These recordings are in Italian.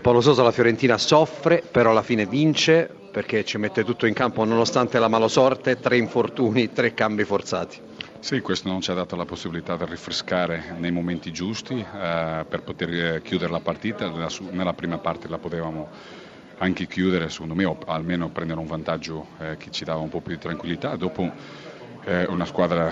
Paolo Sosa, la Fiorentina soffre, però alla fine vince perché ci mette tutto in campo nonostante la malosorte, 3 infortuni, 3 cambi forzati. Sì, questo non ci ha dato la possibilità di rinfrescare nei momenti giusti per poter chiudere la partita. Nella prima parte la potevamo anche chiudere, secondo me, o almeno prendere un vantaggio che ci dava un po' più di tranquillità. Dopo una squadra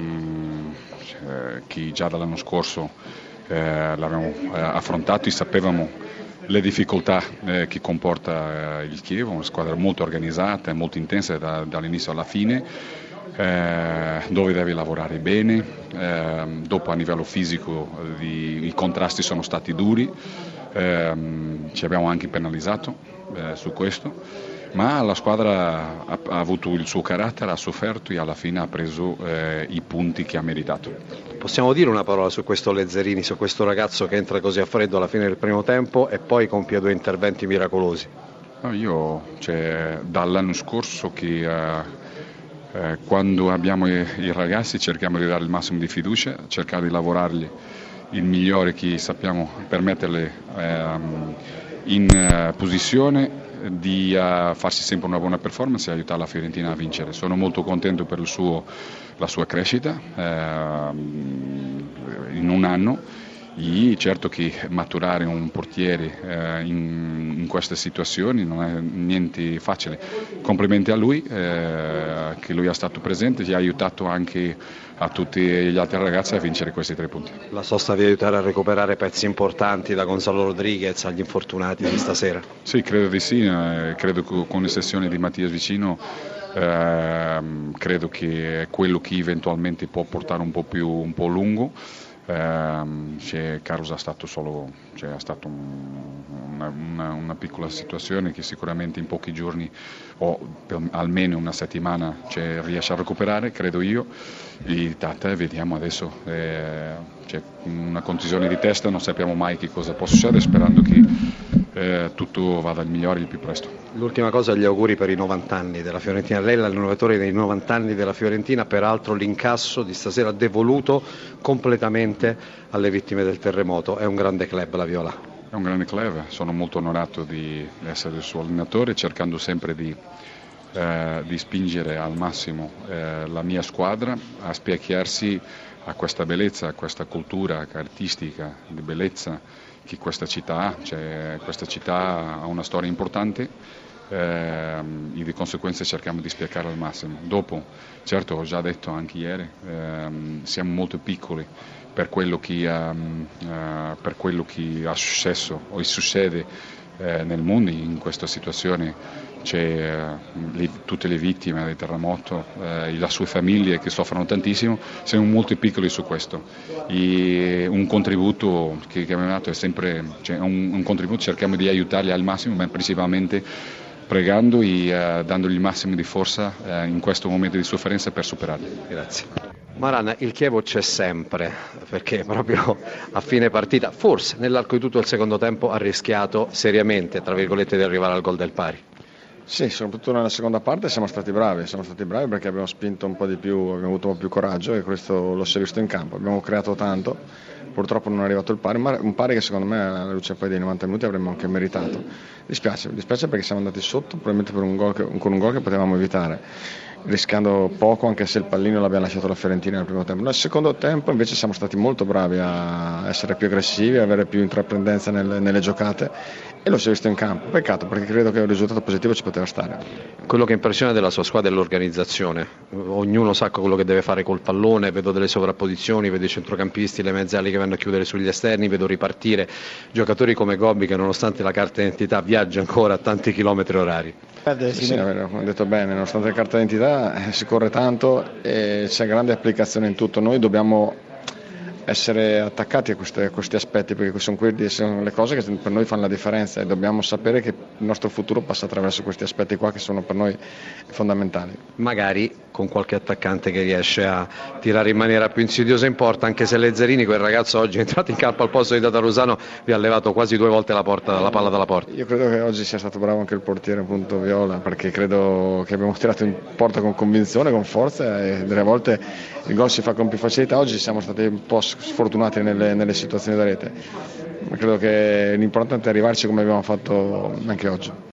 che già dall'anno scorso l'abbiamo affrontato e sapevamo le difficoltà che comporta il Chievo, una squadra molto organizzata e molto intensa dall'inizio alla fine. Dove devi lavorare bene, dopo a livello fisico i contrasti sono stati duri, ci abbiamo anche penalizzato su questo, ma la squadra ha avuto il suo carattere, ha sofferto e alla fine ha preso i punti che ha meritato. Possiamo dire una parola su questo Lezzerini, su questo ragazzo che entra così a freddo alla fine del primo tempo e poi compie 2 interventi miracolosi? Io dall'anno scorso che quando abbiamo i ragazzi cerchiamo di dare il massimo di fiducia, cercare di lavorargli il migliore che sappiamo per metterli in posizione di farsi sempre una buona performance e aiutare la Fiorentina a vincere. Sono molto contento per la sua crescita in un anno. E certo che maturare un portiere in queste situazioni non è niente facile. Complimenti a lui, che lui è stato presente e ha aiutato anche a tutti gli altri ragazzi a vincere questi 3 punti. La sosta vi aiuterà a recuperare pezzi importanti da Gonzalo Rodriguez agli infortunati di stasera? Sì, credo di sì, credo che con l'eccezione di Mattias Vicino credo che è quello che eventualmente può portare un po' lungo. Caruso ha stato una piccola situazione che sicuramente in pochi giorni o almeno una settimana riesce a recuperare, credo io. E Tata, vediamo adesso, c'è una contusione di testa, non sappiamo mai che cosa può succedere, sperando che tutto vada al migliore il più presto. L'ultima cosa, gli auguri per i 90 anni della Fiorentina. Lei è l'annovatore dei 90 anni della Fiorentina, peraltro l'incasso di stasera devoluto completamente alle vittime del terremoto. È un grande club la Viola. È un grande club, sono molto onorato di essere il suo allenatore, cercando sempre di spingere al massimo la mia squadra a specchiarsi a questa bellezza, a questa cultura artistica di bellezza che questa città ha. Questa città ha una storia importante e di conseguenza cerchiamo di spiegarla al massimo. Dopo, certo, ho già detto anche ieri, siamo molto piccoli per quello che ha successo o succede nel mondo in questa situazione. Tutte le vittime del terremoto e le sue famiglie che soffrono tantissimo, siamo molto piccoli su questo e un contributo che abbiamo dato è sempre un contributo, cerchiamo di aiutarli al massimo, ma principalmente pregando e dandogli il massimo di forza in questo momento di sofferenza per superarli. Grazie. Maran, il Chievo c'è sempre, perché proprio a fine partita, forse nell'arco di tutto il secondo tempo, ha rischiato seriamente, tra virgolette, di arrivare al gol del pari. Sì, soprattutto nella seconda parte siamo stati bravi perché abbiamo spinto un po' di più, abbiamo avuto un po' più coraggio e questo lo si è visto in campo, abbiamo creato tanto, purtroppo non è arrivato il pari, ma un pari che secondo me alla luce poi dei 90 minuti avremmo anche meritato. Dispiace perché siamo andati sotto, probabilmente con un gol che potevamo evitare, rischiando poco anche se il pallino l'abbiamo lasciato la Fiorentina nel primo tempo. Nel secondo tempo invece siamo stati molto bravi a essere più aggressivi, a avere più intraprendenza nelle giocate e lo si è visto in campo. Peccato, perché credo che un risultato positivo ci poteva stare. Quello che impressiona della sua squadra è l'organizzazione, ognuno sa quello che deve fare col pallone, vedo delle sovrapposizioni, vedo i centrocampisti, le mezze ali che vanno a chiudere sugli esterni, vedo ripartire giocatori come Gobbi che nonostante la carta d'identità viaggia ancora a tanti chilometri orari. Sì, come detto bene, nonostante la carta d'identità si corre tanto e c'è grande applicazione in tutto. Noi dobbiamo essere attaccati a questi aspetti, perché sono le cose che per noi fanno la differenza e dobbiamo sapere che il nostro futuro passa attraverso questi aspetti qua che sono per noi fondamentali. Magari con qualche attaccante che riesce a tirare in maniera più insidiosa in porta, anche se Lezzerini, quel ragazzo oggi è entrato in campo al posto di Tatarusano, vi ha levato quasi 2 volte la palla dalla porta. Io credo che oggi sia stato bravo anche il portiere, appunto, Viola, perché credo che abbiamo tirato in porta con convinzione, con forza e delle volte il gol si fa con più facilità. Oggi siamo stati un po' sfortunati nelle situazioni da rete, credo che l'importante è arrivarci come abbiamo fatto anche oggi.